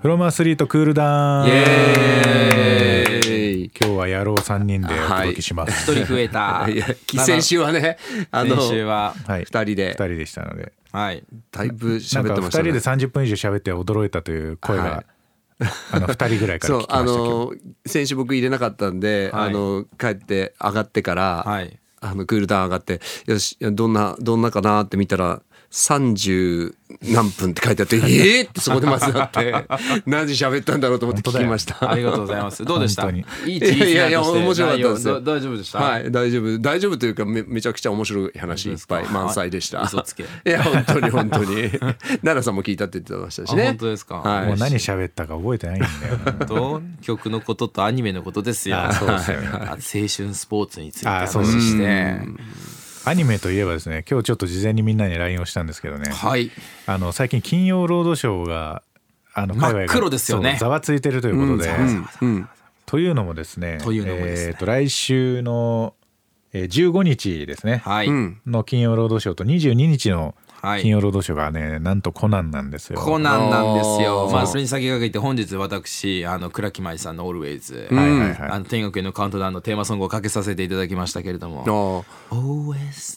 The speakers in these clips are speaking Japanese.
フロムアスリートクールダウン。 イエーイ。 今日は野郎3人でお届けします。 一人増えた。 先週はね、 先週は 2人で 2人でしたので、 はい、 だいぶ喋ってましたね。 なんか2人で30分以上喋って驚いたという声が、2人ぐらいから聞きましたけど、 先週僕入れなかったんで、帰って上がってから、クールダウン上がって、よしどんなかなって見たら30何分って書いてあってってそこでまずなって何時喋ったんだろうと思って聞きました。 ありがとうございます。どうでした？いいいや面白かったですよ。 大丈夫でした？ はい、大丈夫というかめちゃくちゃ面白い話いっぱい満載でした。 嘘つけ。 いや本当に奈良さんも聞いたって言ってましたしね。 本当ですか？ はい、 もう何喋ったか覚えてないんだよ。 曲のこととアニメのことですよ。 そうですよね。 青春スポーツについて話して。 アニメといえばですね、今日ちょっと事前にみんなに LINE をしたんですけどね、 はい、 最近金曜ロードショーが真っ黒ですよね。 ざわついてるということで、というのもですね、来週の15日ですね、の金曜ロードショーと22日の金曜ロードショーがね、なんとコナンなんですよ。 コナンなんですよ。まあそれに先駆けて本日私倉木舞さんの Always、天国へのカウントダウンのテーマソングをかけさせていただきましたけれども、Always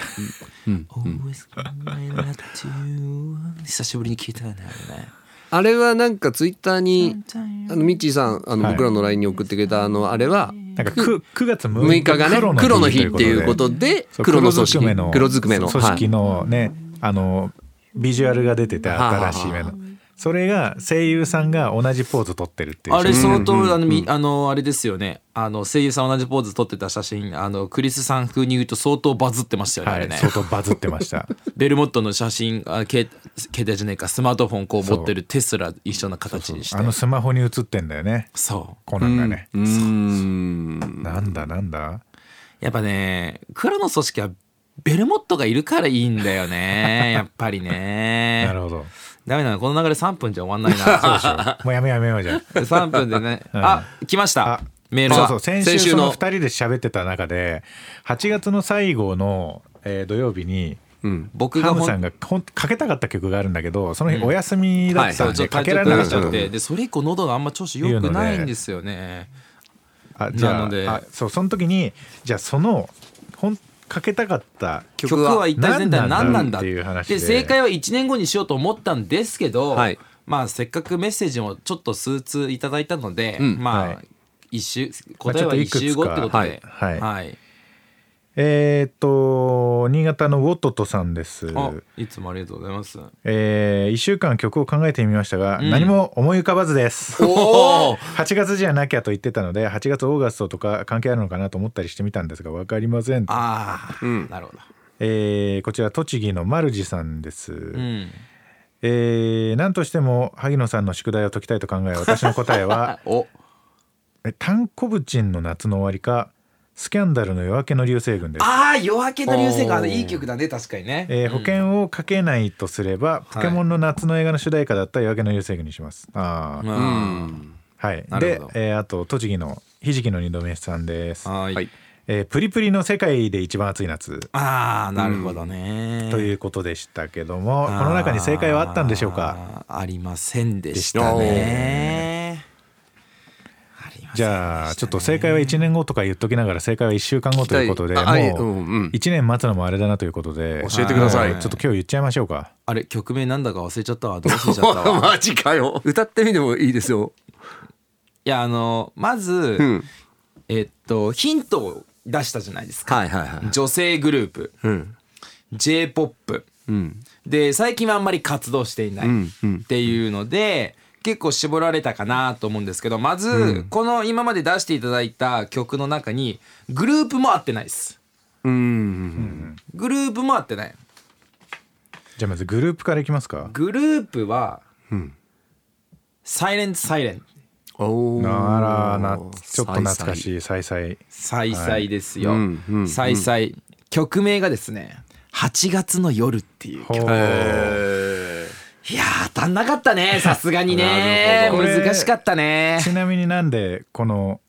久しぶりに聞いたよね。 あれはなんかツイッターにミッチーさん僕らの LINE に送ってくれたあれはなんか 9月 6日がね黒の日っていうことで、黒の組織、黒ずくめの組織のね、ビジュアルが出てて新しい目の、それが声優さんが同じポーズ撮ってるっていう。 あれ相当あれですよね。声優さん同じポーズ撮ってた写真、クリスさん風に言うと相当バズってましたよね。あれね、 相当バズってました。 ベルモットの写真、携帯じゃねえか、スマートフォンこう持ってるテスラ一緒な形にして、 スマホに映ってんだよね。 そうコナンがね。なんだやっぱね、黒の組織はベルモットがいるからいいんだよね。やっぱりね。 なるほど。 ダメだな、この流れ3分じゃ終わんないな。 そうでしょ。もうやめようじゃん。 3分でね。来ました。メールが。 そう先週その2人で喋ってた中で、8月の最後の土曜日に僕がハムさんがかけたかった曲があるんだけど、その日お休みだったんでかけられなかった。 でそれ以降喉があんま調子良くないんですよね。 じゃあその時にじゃあそのかけたかった曲は一体全体何なんだっていう話で、正解は1年後にしようと思ったんですけど、まあせっかくメッセージもちょっと数通いただいたので、まあ答えは1週後ってことで、 新潟のウォトトさんです。 いつもありがとうございます。 1週間曲を考えてみましたが、何も思い浮かばずです。8月じゃなきゃと言ってたので、8月オーガストとか関係あるのかなと思ったりしてみたんですが分かりません。 なるほど。 こちら栃木のマルジさんです。何としても萩野さんの宿題を解きたいと考え、私の答えはタンコブチンの夏の終わりかスキャンダルの夜明けの流星群です。 夜明けの流星群、いい曲だね。確かにね。 保険をかけないとすれば、ポケモンの夏の映画の主題歌だった夜明けの流星群にします。はい。で、あと栃木のひじきの2度目さんです。プリプリの世界で一番暑い夏。 なるほどね。 ということでしたけども、この中に正解はあったんでしょうか？ ありませんでしたね。 じゃあちょっと正解は1年後とか言っときながら、正解は1週間後ということで、もう1年待つのもあれだなということで教えてください。 ちょっと今日言っちゃいましょうか。 あれ、曲名なんだか忘れちゃったわ。どう忘れちゃったわ。 マジかよ。歌ってみてもいいですよ。 いやまずヒントを出したじゃないですか。女性グループ、J-POP で最近はあんまり活動していないっていうので、結構絞られたかなと思うんですけど、まずこの今まで出していただいた曲の中にグループも合ってないです。グループも合ってない。 じゃあまずグループからいきますか。 グループはサイレントサイレント。 ちょっと懐かしい。サイサイですよ。サイサイ。曲名がですね、8月の夜っていう曲。いや当たんなかったね。さすがにね。難しかったね。 ちなみになんでこの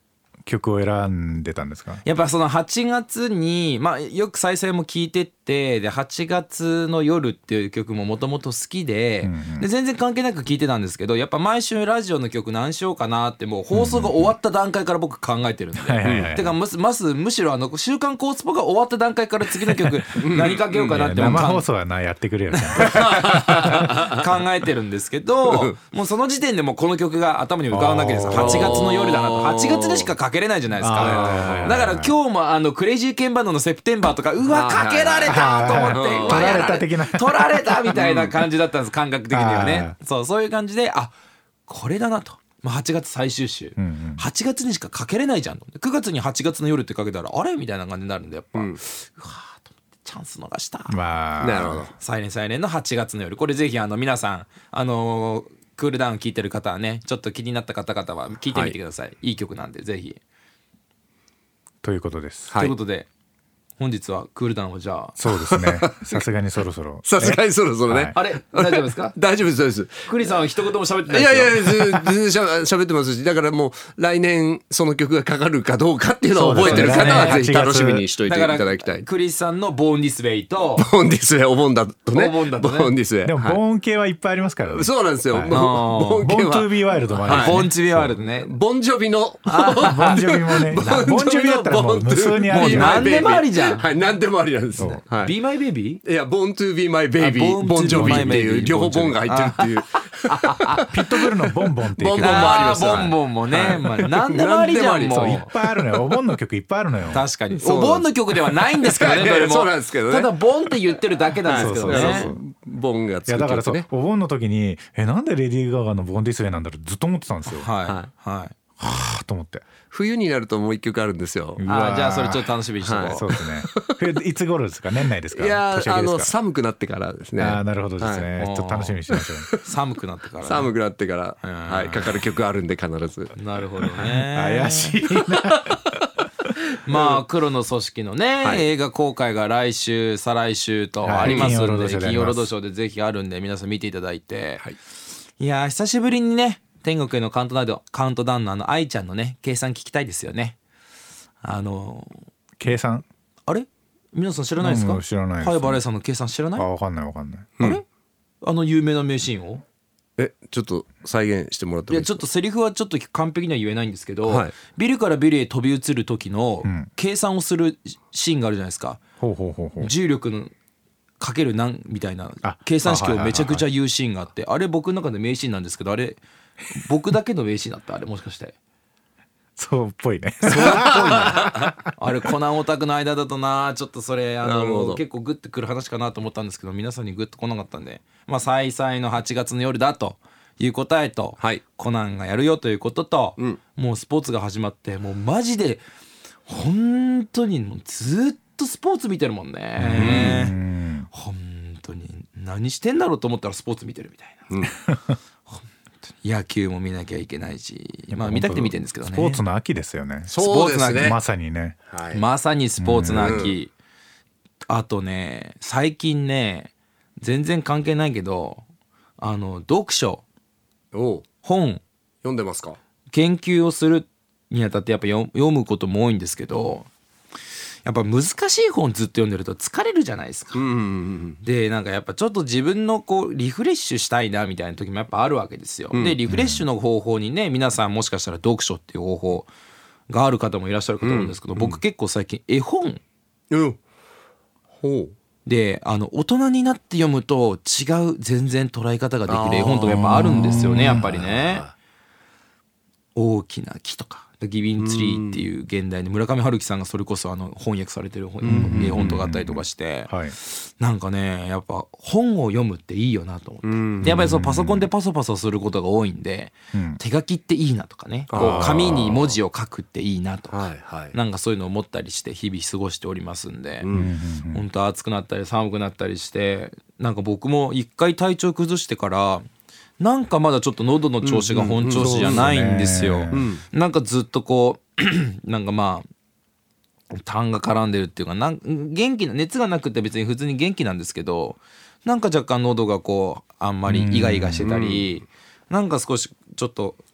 曲を選んでたんですか？ やっぱその8月に、まあ、よく再生も聞いてってで8月の夜っていう曲ももともと好きで、で全然関係なく聞いてたんですけど、やっぱ毎週ラジオの曲何しようかなってもう放送が終わった段階から僕考えてるんで、てかむしろ週刊コースポが終わった段階から次の曲何かけようかなって生放送はやってくれよ考えてるんですけど、もうその時点でもうこの曲が頭に浮かぶわけですよ。8月の夜だなと。8月でしかかけれないじゃないですか。だから今日もクレイジーケンバンドのセプテンバーとかうわかけられたと思って取られた的な取られたみたいな感じだったんです、感覚的にはね。そういう感じでこれだなと。8月最終週、8月にしかかけれないじゃんと。9月に8月の夜ってかけたらあれみたいな感じになるんで、やっぱうわーと思ってチャンス逃した。 なるほど。 サイレンの8月の夜、これぜひ皆さんクールダウン聞いてる方はね、ちょっと気になった方々は聞いてみてください。いい曲なんでぜひ。 ということです。 ということで本日はクールダウンをじゃあ。 そうですね。さすがにそろそろ。 さすがにそろそろね。 あれ大丈夫ですか？ 大丈夫です。 クリさんは一言も喋ってないですよ。 いや全然喋ってますし、だからもう来年その曲がかかるかどうかっていうのを覚えてる方はぜひ楽しみにしといていただきたい。 クリさんのボーンディスウェイとボーンディスウェイお盆だとね。ボーンディスウェイ。 でもボーン系はいっぱいありますからね。 そうなんですよ。 ボーントゥービーワイルドもある。 ボーントゥービーワイルドね。 ボンジョビのボンジョビもね。ボンジョビだったらもう無数にある。 何でもありじゃん。 はい、何でもありなんですね。 Be My Baby？ いや、Born to be my baby、ボンジョビっていう両方ボンが入ってるっていう。 ピットブルのボンボンっていうボンボンもあります。 ボンボンもね、何でもありじゃん。もういっぱいあるのよ。お盆の曲いっぱいあるのよ。 確かに。お盆の曲ではないんですけどね、どれも。 そうなんですけどね。 ただボンって言ってるだけなんですけどね。 ボンがつく曲ね。 いやだからそうお盆の時になんでレディー・ガガのボーンディスウェイなんだろうずっと思ってたんですよ。はあと思って。 冬になるともう一曲あるんですよ。 じゃあそれちょっと楽しみにしておこう。 そうですね。いつ頃ですか？年内ですか？ いや寒くなってからですね。 なるほどですね。ちょっと楽しみにしましょう。 寒くなってから。 寒くなってからはいかかる曲あるんで必ず。 なるほどね。 怪しいな。 まあ黒の組織のね映画公開が来週再来週とありますので、金曜ロードショーでぜひあるんで皆さん見ていただいて。いや久しぶりにね。天国へのカウントダウンの愛ちゃんのね計算聞きたいですよね。 計算あれ皆さん知らないですか？ 知らないです。 はいバレーさんの計算知らない？ わかんない。 あれ有名な名シーンをちょっと再現してもらってもいいですか？ いやちょっとセリフはちょっと完璧には言えないんですけど、ビルからビルへ飛び移る時の計算をするシーンがあるじゃないですか。重力のかける何みたいな計算式をめちゃくちゃ言うシーンがあって、あれ僕の中で名シーンなんですけど、あれ僕だけの名シーンだった？あれもしかしてそうっぽいね。 そうっぽいね。あれコナンオタクの間だとなちょっとそれ結構グッとくる話かなと思ったんですけど、皆さんにグッと来なかったんで、再々の8月の夜だという答えと、コナンがやるよということと、もうスポーツが始まって、もうマジで本当にもうずっとスポーツ見てるもんね。本当に何してんだろうと思ったらスポーツ見てるみたいな。野球も見なきゃいけないし、見たくて見てるんですけどね。 スポーツの秋ですよね。 そうですね。 まさにね。 まさにスポーツの秋。あとね、最近ね、全然関係ないけど、読書、本読んでますか？ 研究をするにあたってやっぱ読むことも多いんですけど、やっぱ難しい本ずっと読んでると疲れるじゃないですか。でなんかやっぱちょっと自分のリフレッシュしたいなみたいな時もやっぱあるわけですよ。でリフレッシュの方法にね、皆さんもしかしたら読書っていう方法がある方もいらっしゃるかと思うんですけど、僕結構最近絵本で大人になって読むと違う全然捉え方ができる絵本とかやっぱあるんですよね。やっぱりね、大きな木とかギビンツリーっていう現代の村上春樹さんがそれこそ翻訳されてる絵本とかあったりとかして、なんかねやっぱ本を読むっていいよなと思って、でやっぱりそのパソコンでパソパソすることが多いんで、手書きっていいなとかね、紙に文字を書くっていいなとか、なんかそういうのを思ったりして日々過ごしておりますんで、本当暑くなったり寒くなったりして、なんか僕も一回体調崩してからなんかまだちょっと喉の調子が本調子じゃないんですよ。なんかずっとなんか痰が絡んでるっていうか、元気な熱がなくて別に普通に元気なんですけど、なんか若干喉があんまりイガイガしてたり、なんか少しちょっと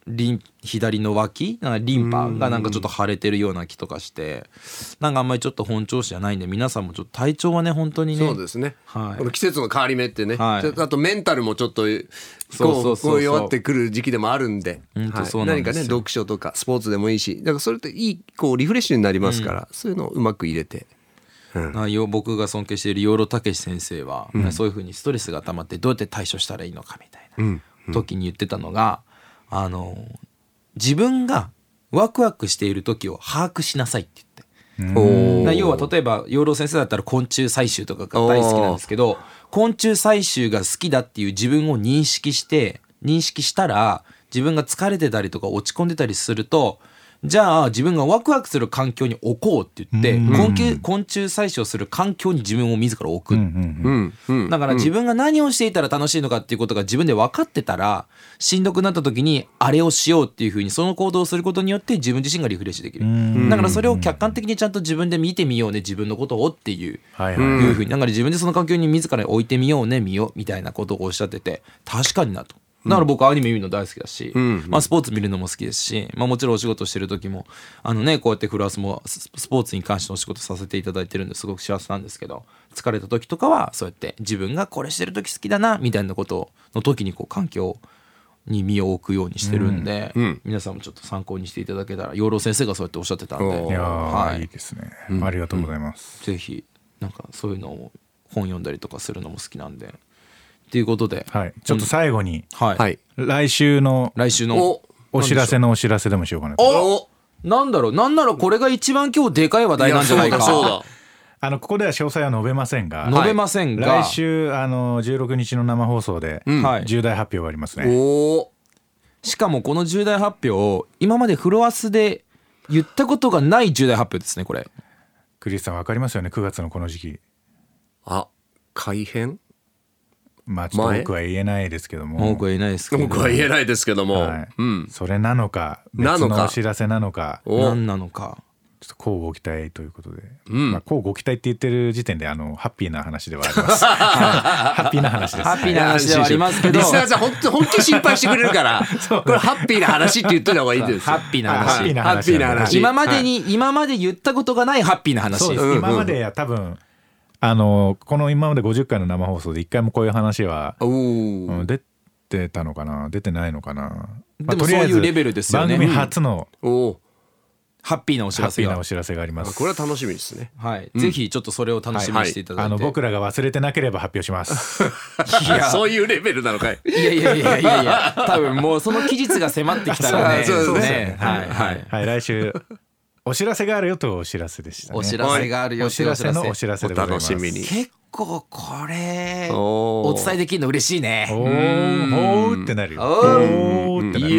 左の脇なんかリンパがなんかちょっと腫れてるような気とかしてなんかあんまりちょっと本調子じゃないんで皆さんもちょっと体調はね本当にねそうですね、 はい、 この季節の変わり目ってね、はい、あとメンタルもちょっとこう弱ってくる時期でもあるんで、はい、何かね読書とかスポーツでもいいしだからそれっていいこうリフレッシュになりますから、そういうのをうまく入れて。 僕が尊敬している養老孟司先生は、そういうふうにストレスが溜まってどうやって対処したらいいのかみたいな時に言ってたのが、自分がワクワクしている時を把握しなさいって言って、要は例えば養老先生だったら昆虫採集とかが大好きなんですけど、昆虫採集が好きだっていう自分を認識したら自分が疲れてたりとか落ち込んでたりすると、じゃあ自分がワクワクする環境に置こうって言って、昆虫採集をする環境に自分を自ら置く、だから自分が何をしていたら楽しいのかっていうことが自分で分かってたら、しんどくなった時にあれをしようっていうふうにその行動をすることによって自分自身がリフレッシュできる。だからそれを客観的にちゃんと自分で見てみようね、自分のことをっていうふうに、だから自分でその環境に自ら置いてみようねみたいなことをおっしゃってて、確かになと。だから僕アニメ見るの大好きだし、スポーツ見るのも好きですし、もちろんお仕事してる時もこうやってフランスもスポーツに関してお仕事させていただいてるんですごく幸せなんですけど、疲れた時とかはそうやって自分がこれしてる時好きだなみたいなことの時にこう環境に身を置くようにしてるんで、皆さんもちょっと参考にしていただけたら。養老先生がそうやっておっしゃってたんで、 いや、いいですね、ありがとうございます。 ぜひなんかそういうのを本読んだりとかするのも好きなんでということで、 はい、ちょっと最後に、来週のお知らせのお知らせでもしようかなと。 なんだろうこれが一番今日でかい話題なんじゃないか。 ここでは詳細は述べませんが、来週16日の生放送で重大発表がありますね。 しかもこの重大発表、今までフロアスで言ったことがない重大発表ですね。これクリスさん分かりますよね、9月のこの時期。 改編、 ちょっと多くは言えないですけども、 多くは言えないですけども、 それなのか別のお知らせなのか何なのか、 ちょっと乞うご期待ということで、乞うご期待って言ってる時点でハッピーな話ではありますハッピーな話です。 ハッピーな話ではありますけど、 リスナーさん本気心配してくれるからこれハッピーな話って言ってた方がいいです。 ハッピーな話、今まで言ったことがないハッピーな話。 そうです、今まで多分この今まで50回の生放送で1回もこういう話は出てたのかな、出てないのかな。 でもそういうレベルですよね。 番組初のハッピーなお知らせがあります。 これは楽しみですね。 ぜひちょっとそれを楽しみにしていただいて、 僕らが忘れてなければ発表しますそういうレベルなのかい。 いや多分もうその期日が迫ってきたらね。 そうですね。来週お知らせがあるよというお知らせでしたね。 お知らせがあるよ、 お知らせのお知らせでございます。 お楽しみに。 結構これお伝えできるの嬉しいね。 おーってなるよ。おーってなる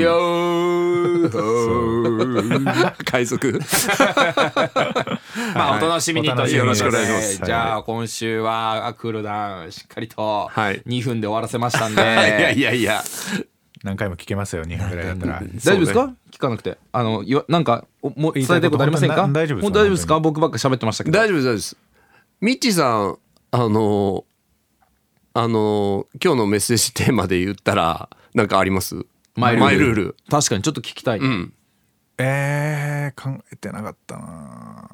よ。 海賊お楽しみにという。 よろしくお願いします。 じゃあ今週はクールダウンしっかりと2分で終わらせましたんで、 いや何回も聞けますよ、2分ぐらいだったら。 大丈夫ですか？聞かなくてなんかもう伝えたいことありませんか？ 大丈夫ですか？僕ばっか喋ってましたけど。 大丈夫です。ミッチーさん今日のメッセージテーマで言ったら何かあります？マイルール。 確かにちょっと聞きたい。 考えてなかったな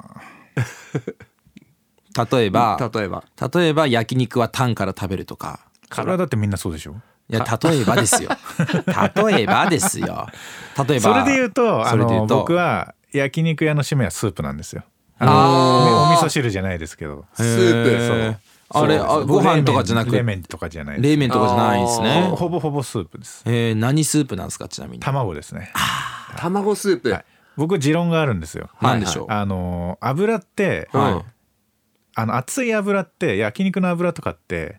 例えば焼肉はタンから食べるとか。 それはだってみんなそうでしょ。 いや例えばですよ例えばそれで言うと僕は焼肉屋の締めはスープなんですよ。お味噌汁じゃないですけどスープ。 あれご飯とかじゃなく冷麺とかじゃない。 冷麺とかじゃないですね。 ほぼスープです。 何スープなんですか？ちなみに卵ですね。 卵スープ。 僕持論があるんですよ。 何でしょう？ 油って熱い油って焼肉の油とかって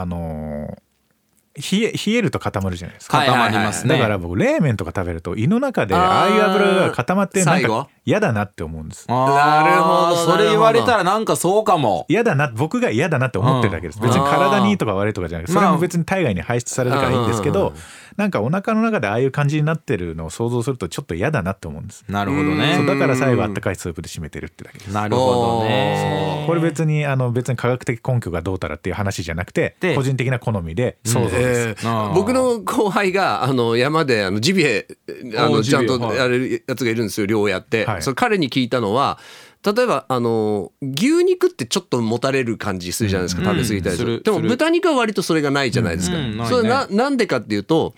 冷えると固まるじゃないですか。 固まりますね。 だから僕冷麺とか食べると胃の中でああいう油が固まってなんか嫌だなって思うんです。 なるほど。 それ言われたらなんかそうかも。 嫌だな、僕が嫌だなって思ってるだけです。別に体にいいとか悪いとかじゃなくて、それも別に体外に排出されるからいいんですけど、なんかお腹の中でああいう感じになってるのを想像するとちょっと嫌だなって思うんです。 なるほどね。 そうだから最後あったかいスープで締めてるってだけです。 なるほどね。 これ別に科学的根拠がどうたらっていう話じゃなくて、個人的な好みで想像です。 僕の後輩が山でジビエちゃんとやれるやつがいるんですよ、漁をやって。それ彼に聞いたのは、例えば牛肉ってちょっともたれる感じするじゃないですか、食べ過ぎたりする。でも豚肉は割とそれがないじゃないですか。それなんでかっていうと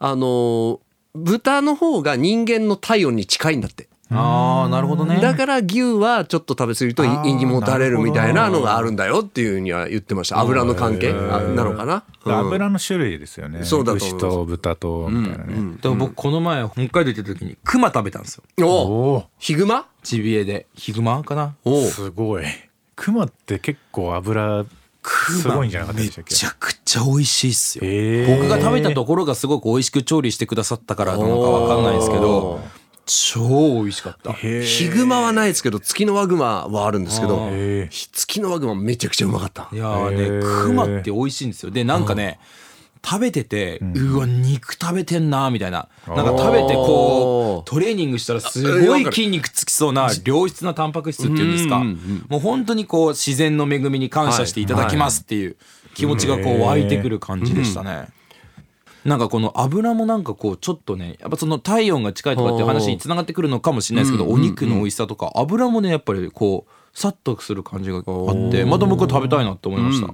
豚の方が人間の体温に近いんだって。 ああ、なるほどね。 だから牛はちょっと食べ過ぎると胃にもたれるみたいなのがあるんだよっていうふうには言ってました。油の関係なのかな。 油の種類ですよね。 そうだと牛と豚とみたいなね。 でも僕この前北海道行った時にクマ食べたんですよ。 お、ヒグマ？ ジビエでヒグマかな。 すごい。クマって結構油すごいんじゃなかったでしたっけ？ めちゃくちゃ美味しいっすよ。僕が食べたところがすごく美味しく調理してくださったからなのかわかんないですけど、超美味しかった。 ヒグマはないですけどツキノワグマはあるんですけど、ツキノワグマめちゃくちゃうまかった。 いやーね、クマって美味しいんですよ。でなんかね、食べてて、うわ肉食べてんなみたいな、なんか食べてこうトレーニングしたらすごい筋肉つきそうな良質なタンパク質っていうんですか、もう本当にこう自然の恵みに感謝していただきますっていう気持ちがこう湧いてくる感じでしたね。なんかこの油もなんかこうちょっとね、やっぱその体温が近いとかっていう話につながってくるのかもしれないですけど、お肉の美味しさとか油もねやっぱりこうさっとする感じがあって、また僕は食べたいなって思いました。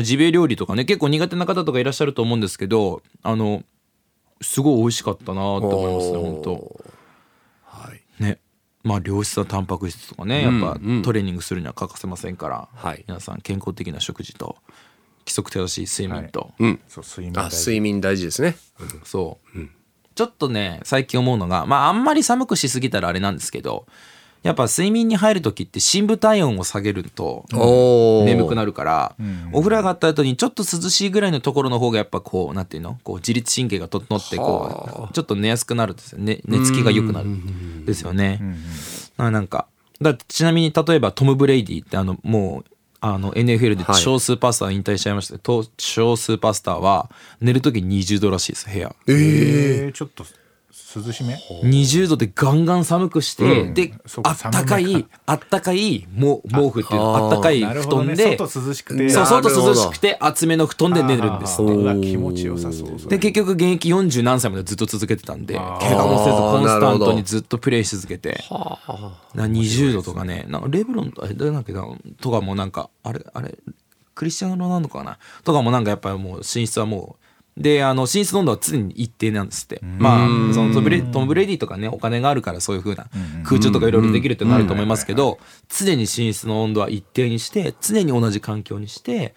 ジビエ料理とかね結構苦手な方とかいらっしゃると思うんですけど、すごい美味しかったなと思いますね本当。ね、まあ良質なタンパク質とかね、やっぱトレーニングするには欠かせませんから、皆さん健康的な食事と規則正しい睡眠と、 睡眠大事ですね。 そう、ちょっとね最近思うのが、まああんまり寒くしすぎたらあれなんですけど、やっぱ睡眠に入る時って深部体温を下げると眠くなるから、お風呂上がった後にちょっと涼しいぐらいのところの方がやっぱこうなんていうの、こう自律神経が整ってこうちょっと寝やすくなるんですよね。寝つきが良くなるんですよね。なんかだちなみに例えばトム・ブレイディってもうNFL で超スーパースター引退しちゃいましたけど、超スーパースターは寝る時20度らしいです部屋。 ちょっと涼しめ 20度でガンガン寒くして、であったかい毛布っていうあったかい布団で、 外涼しくて、 外涼しくて厚めの布団で寝るんですって。 気持ちよさそう。 で結局現役40何歳までずっと続けてたんで、怪我もせずコンスタントにずっとプレイし続けて、20度とかね、なんかレブロンとかもなんかあれクリスチャン・ロナウドかなとかもなんかやっぱりもう寝室はもうで寝室の温度は常に一定なんですって。まあそのトム・ブレディとかねお金があるからそういう風な空調とかいろいろできるってなると思いますけど、常に寝室の温度は一定にして常に同じ環境にして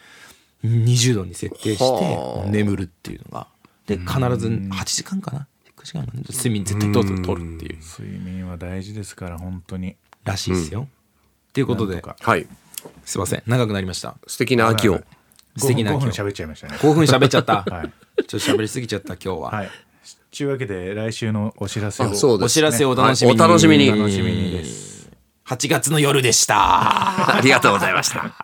20度に設定して眠るっていうのがで、必ず8時間かな9時間かな睡眠絶対取るっていう。 睡眠は大事ですから本当にらしいですよ。っていうことで、すいません長くなりました。 素敵な秋を素敵な 5分喋っちゃいましたね。 5分喋っちゃった。ちょっと喋りすぎちゃった今日は。 というわけで来週のお知らせをお知らせをお楽しみに。 お楽しみに。 8月の夜でした。 ありがとうございました。